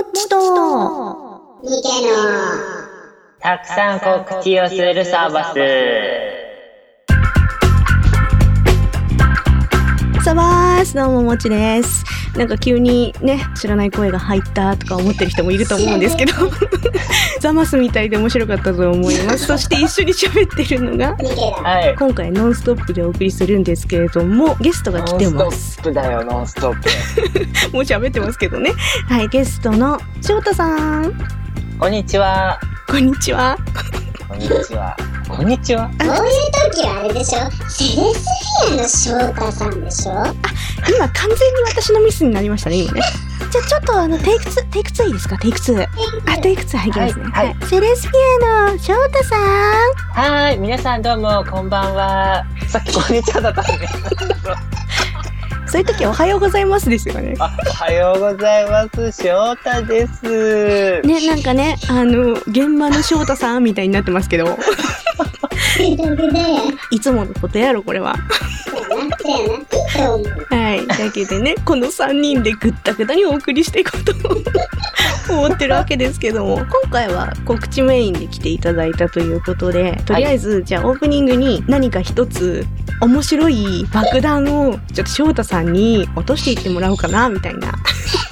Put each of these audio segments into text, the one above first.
ちとニケのたくさん告知をするサーバス。 サバース、どうももちです。なんか急にね、知らない声が入ったとか思ってる人もいると思うんですけどザマスみたいで面白かったと思います。そして一緒に喋ってるのがはい、 今回ノンストップでお送りするんですけれども、ゲストが来てます。 ノンストップだよ、ノンストップもう喋ってますけどね。はい、ゲストの翔太さん。 こんにちは。 こんにちは。 こんにちは。こんにちは。 こういう時はあれでしょ、セレスフィアの翔太さんでしょ。 今完全に私のミスになりましたね、今ね。じゃあちょっとテイク2いいですか？テイク2。テイク2入りますね。 はい。 セレスフィアの翔太さん。 はい、皆さんどうもこんばんは。さっきこんにちはだったね。 そういう時おはようございますですよね。 おはようございます。翔太です。 ね、なんかね、現場の翔太さんみたいになってますけど。いつものことやろ、これは。はい。だけでね、この3人でぐったぐたにお送りしていこうと思ってるわけですけども、今回は告知メインで来ていただいたということで、とりあえず、じゃあオープニングに何か一つ面白い爆弾をちょっと翔太さんに落としていってもらおうかな、みたいな。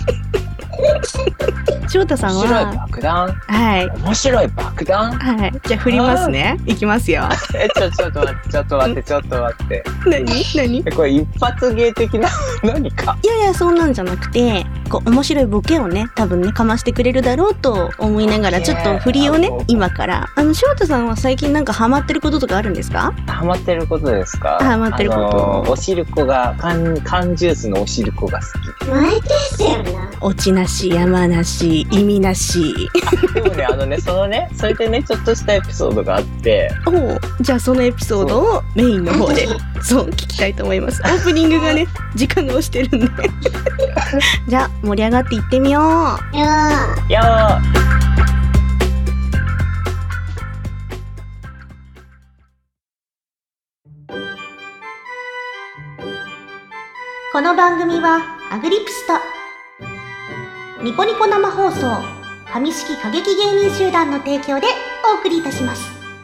翔太さんは面白い爆弾。 はい。 面白い爆弾。 はい。じゃあ振りますね。いきますよ。 ちょっと待って。 何これ一発芸的な何か。 いや、そんなんじゃなくて、こう面白いボケをね、多分ねかましてくれるだろうと思いながら、ちょっと振りをね今から。翔太さんは最近なんかハマってることとかあるんですか？ ハマってることですか？ ハマってること。 おしるこが缶ジュースのおしるこが好き。 マイペースやな。 オチなし、山なし、意味なし。 でもね、それでね、ちょっとしたエピソードがあって。 おう、じゃあそのエピソードをメインの方で、そう、聞きたいと思います。オープニングがね、時間が押してるんで。じゃあ、盛り上がっていってみよう。 よー。 この番組はアグリプスとニコニコ生放送上式歌劇芸人集団の提供でお送りいたします。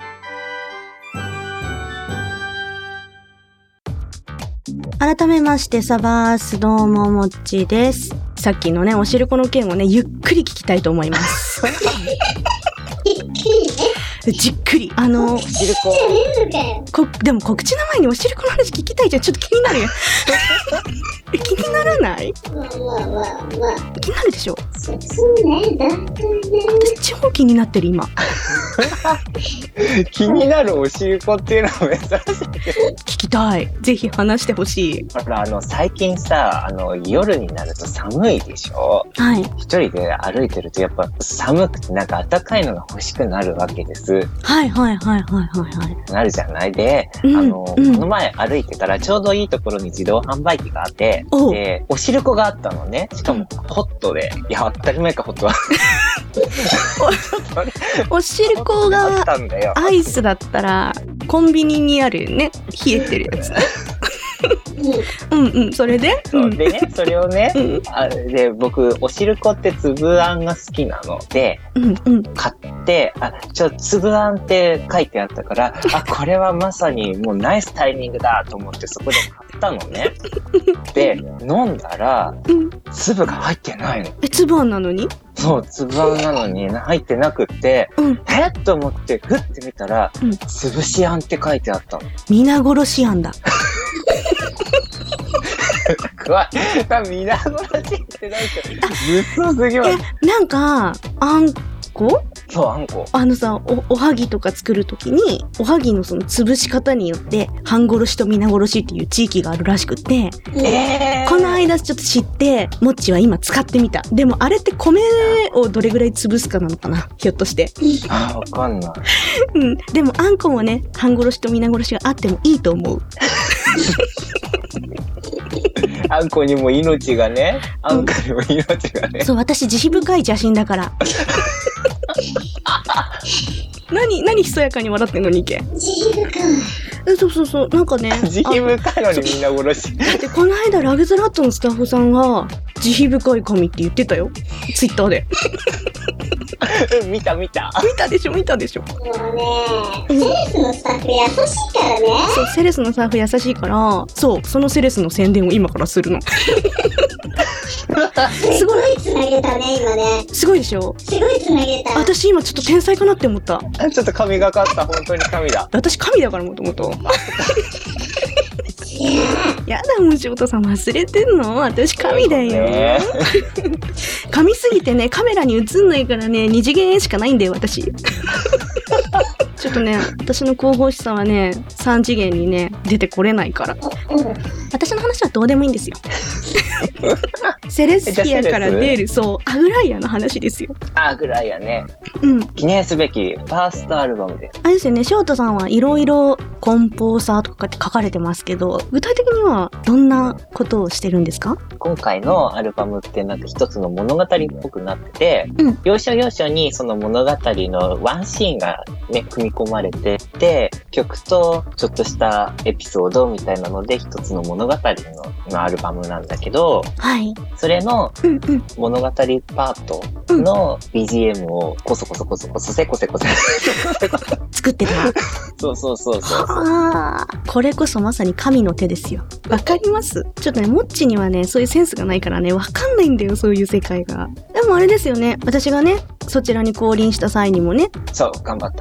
改めましてサバース、どうももっちです。さっきのねおしるこの件をねゆっくり聞きたいと思います。じっくりおしるこでも告知の前におしるこの話聞きたいじゃん。ちょっと気になるよ。気にならない？ まあ気になるでしょ？ そうね、だってね。 私超気になってる今。 気になるおしるこっていうのは珍しいけど。 聞きたい。ぜひ話してほしい。 ほら、最近さ、夜になると寒いでしょ？ はい。 一人で歩いてるとやっぱ寒くてなんか暖かいのが欲しくなるわけです。 はい。 なるじゃないで、この前歩いてたらちょうどいいところに自動販売機があって、で、おしるこがあったのね。しかもホットで。いや、当たり前か、ホットは。 おしるこがアイスだったら、コンビニにあるね、冷えてるやつ。それで？ でね、それをね、で、僕、おしるこって粒あんが好きなので、買って、粒あんって書いてあったから、これはまさにもうナイスタイミングだと思ってそこで買ったのね。で、飲んだら、粒が入ってないの。 粒あんなのに？ そう、粒あんなのに入ってなくって、っと思って、ふって見たら、潰しあんって書いてあったの。 皆殺しあんだ。 怖い。皆殺しってなんか、物騒すぎます。 なんか、あんこ？ そう、あんこ。 さ、おはぎとか作るときに、おはぎのその潰し方によって、半殺しと皆殺しっていう地域があるらしくって、この間ちょっと知って、もっちは今使ってみた。でもあれって米をどれぐらい潰すかなのかな？ひょっとして。 わかんない。 でもあんこもね、半殺しと皆殺しがあってもいいと思う。 あんこにも命がね、あんこにも命がね。 そう、私慈悲深い邪神だから。何ひそやかに笑ってんのにけ。 慈悲深い。 そう、なんかね。 慈悲深いのにみんな殺し。 で、この間ラグズラットのスタッフさんが慈悲深い神って言ってたよ。 ツイッターで。 見た。 見たでしょ。 もうね、セレスのスタッフ優しいからね。 そう、セレスのスタッフ優しいから、そう、そのセレスの宣伝を今からするの。 すごい繋げたね、今ね。 すごいでしょ。 すごい繋げた。 私今ちょっと天才かなって思った。 ちょっと神がかった。本当に神だ。 私神だからもともと。やだもん、翔太さん忘れてんの？私神だよ。神すぎてね、カメラに映んないからね、二次元しかないんだよ、私。ちょっとね、私の広報士さんはね、3次元にね、出てこれないから。私の話はどうでもいいんですよ。セレスフィアから出る、そう、アグライアの話ですよ。 アグライアね。 うん。 記念すべきファーストアルバムです。 あれですよね、翔太さんはいろいろコンポーサーとかって書かれてますけど、具体的にはどんなことをしてるんですか？ 今回のアルバムってなんか一つの物語っぽくなってて、要所要所にその物語のワンシーンがね、組み込まれてて、曲とちょっとしたエピソードみたいなので一つの物語のアルバムなんだけど、 はい。 それの物語パートの BGM をコソコソセコセコ作ってた。 そう。 ああ、これこそまさに神の手ですよ。わかります？ちょっとね、モッチにはね、そういうセンスがないからね、わかんないんだよ、そういう世界が。でもあれですよね、私がね、そちらに降臨した際にもね。 そう、頑張った。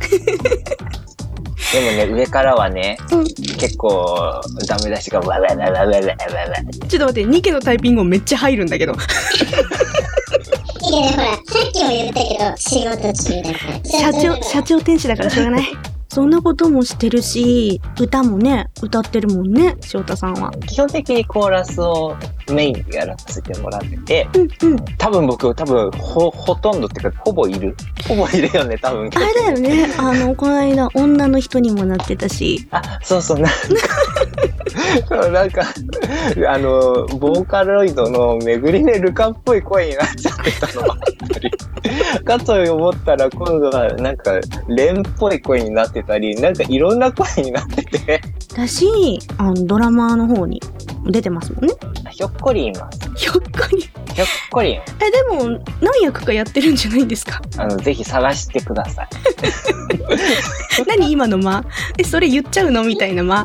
でもね、上からはね、結構ダメ出しがわ。ちょっと待って、ニケのタイピング音めっちゃ入るんだけど。 いやね、ほら、さっきも言ったけど、仕事中だから。 社長天使だからしょうがない。そんなこともしてるし、歌もね、歌ってるもんね、翔太さんは。 基本的にコーラスをメインでやらせてもらってて、多分ほとんどってか、ほぼいるよね、多分。 あれだよね、この間、女の人にもなってたし。 あ、そう、なんか、ボーカロイドのめぐりねルカっぽい声になっちゃってたのもあったり、かと思ったら今度はなんかレンっぽい声になってたり、なんかいろんな声になってて。 だし、ドラマーの方に出てますもんね。 ひょっこりいます。 ひょっこり。でも、何役かやってるんじゃないんですか？ ぜひ探してください。 何今の間？それ言っちゃうのみたいな間。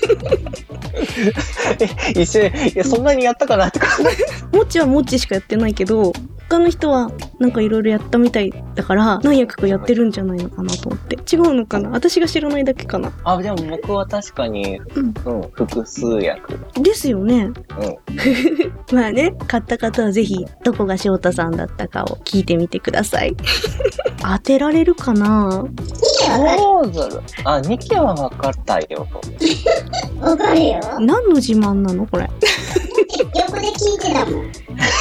一瞬、いや、そんなにやったかなって考え。 もっちはもっちしかやってないけど、他の人はなんかいろいろやったみたいだから、何役かやってるんじゃないのかなと思って。違うのかな？私が知らないだけかな。 あ、でも僕は確かに、複数役。 ですよね。まあね、買った方はぜひ、どこが翔太さんだったかを聞いてみてください。当てられるかな？ ニケは分かったよ。 分かるよ。 何の自慢なのこれ。 横で聞いてたもん。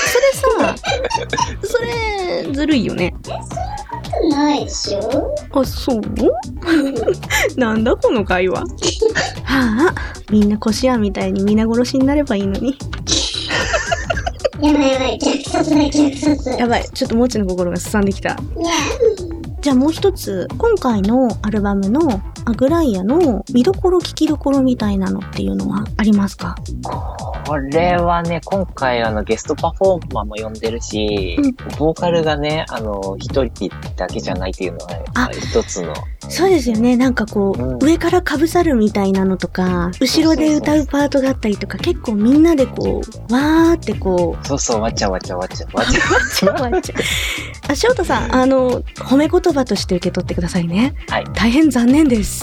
それずるいよね。 ないでしょ？ あ、そうなんだこの会話。はあ、みんなこしあんみたいに皆殺しになればいいのに。 やばい、虐殺。 やばい、ちょっともちの心がすさんできた。じゃあもう一つ、今回のアルバムのアグライアの見どころ聞きどころみたいなのっていうのはありますか？ これはね、今回ゲストパフォーマーも呼んでるし、ボーカルがね、一人だけじゃないっていうのは一つの。 そうですよね。なんかこう、上からかぶさるみたいなのとか、後ろで歌うパートがあったりとか、結構みんなでこう、わーってこう。 そう、わちゃ。 あ、翔太さん、褒め言葉として受け取ってくださいね。 はい。 大変残念です。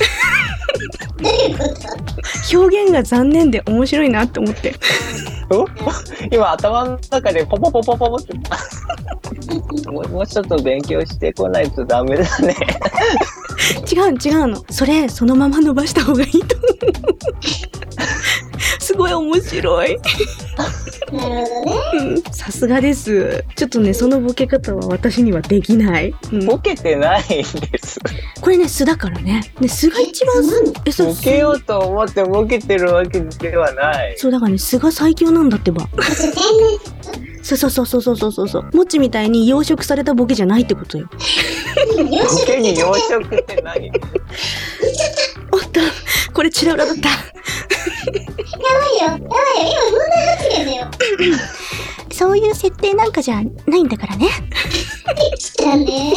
表現が残念で面白いなって思って。 今頭の中でポポってもうちょっと勉強してこないとダメだね。 違うの。そのまま伸ばした方がいいと思う。すごい面白い。 なるほどね。 さすがです。ちょっとね、そのボケ方は私にはできない。 ボケてないんです。 これね、素だからね。素が一番ボケようと思ってボケてるわけではない。 そう、だからね、素が最強なんだってば。そう。もっちみたいに養殖されたボケじゃないってことよ。 ボケに養殖って何？ おっと、これチラウラだった。 やばいよ、今問題発言だよ。 そういう設定なんかじゃないんだからね。 汚ね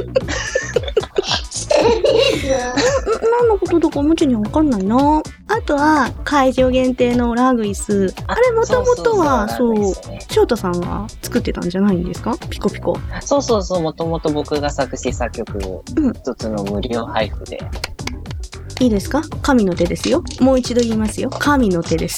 何のことだかもちにわかんないな。あとは会場限定のラグイス。あれもともとはそう翔太さんが作ってたんじゃないんですか？ピコピコ。 そう、もともと僕が作詞作曲一つの無料配布で。 いいですか？神の手ですよ。もう一度言いますよ。神の手です。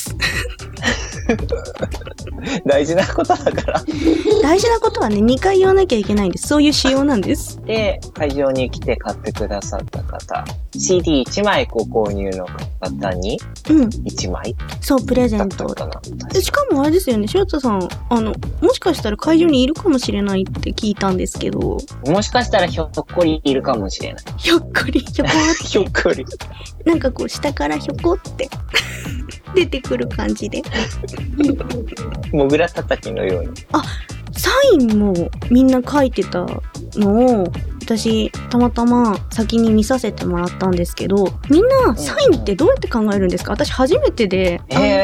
大事なことだから。 大事なことはね、2回言わなきゃいけないんです。そういう仕様なんです。 で、会場に来て買ってくださった方、CD1 枚ご購入の方に、1枚、 そう、プレゼント。しかもあれですよね、翔太さん、もしかしたら会場にいるかもしれないって聞いたんですけど。 もしかしたらひょっこりいるかもしれない。 ひょっこり、ひょこって。 ひょっこり。 なんかこう、下からひょこって。出てくる感じで。 もぐらたたきのように。 あ、サインもみんな書いてたのを、私、たまたま先に見させてもらったんですけど、みんなサインってどうやって考えるんですか？私初めてで。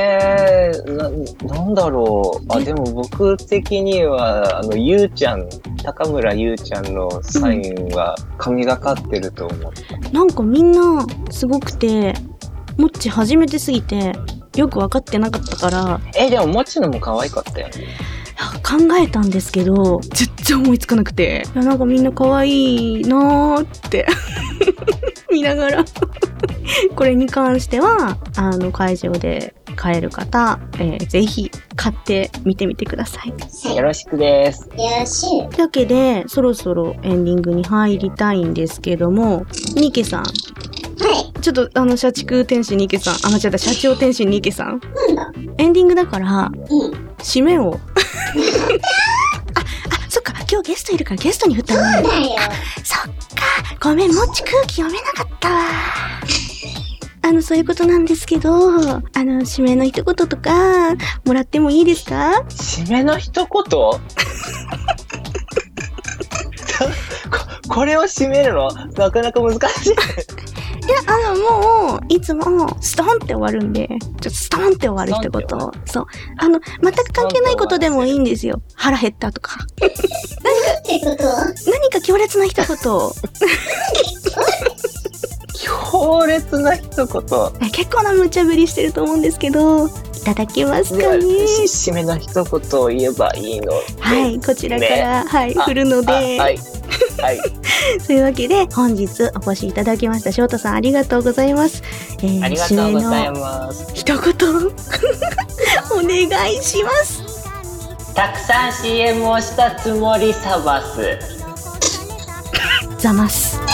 なんだろう。でも僕的には、ゆうちゃん、高村ゆうちゃんのサインは神がかってると思う。 なんかみんなすごくて、もっち初めてすぎて、よく分かってなかったから。 でももっちのも可愛かったよね。 考えたんですけど、全然思いつかなくて。いや、なんかみんな可愛いなーって見ながらこれに関しては、会場で買える方、ぜひ買ってみてみてください。 よろしくです。 よろしい。 というわけで、そろそろエンディングに入りたいんですけども、ニケさん。 はい。 ちょっと社畜天使ニケさん、社長天使ニケさん。 なんだ？ エンディングだから、締めを。そっか、今日ゲストいるからゲストに振ったの。 そうだよ。 そっか、ごめん、もっち空気読めなかったわ。そういうことなんですけど、締めの一言とか、もらってもいいですか？ 締めの一言これを締めるのなかなか難しい。 いや、もう、いつも、ストンって終わるんで、ちょっとストンって終わる一言。そう。全く関係ないことでもいいんですよ。腹減ったとか。何か強烈な一言。 強烈な一言。 結構な無茶ぶりしてると思うんですけど、いただけますかね。 締めの一言を言えばいいの。 はい、こちらから、振るので。 はい。 というわけで、本日お越しいただきました翔太さん、ありがとうございます。 ありがとうございます。 一言お願いします。 たくさん CM をしたつもりサバス。 ざます。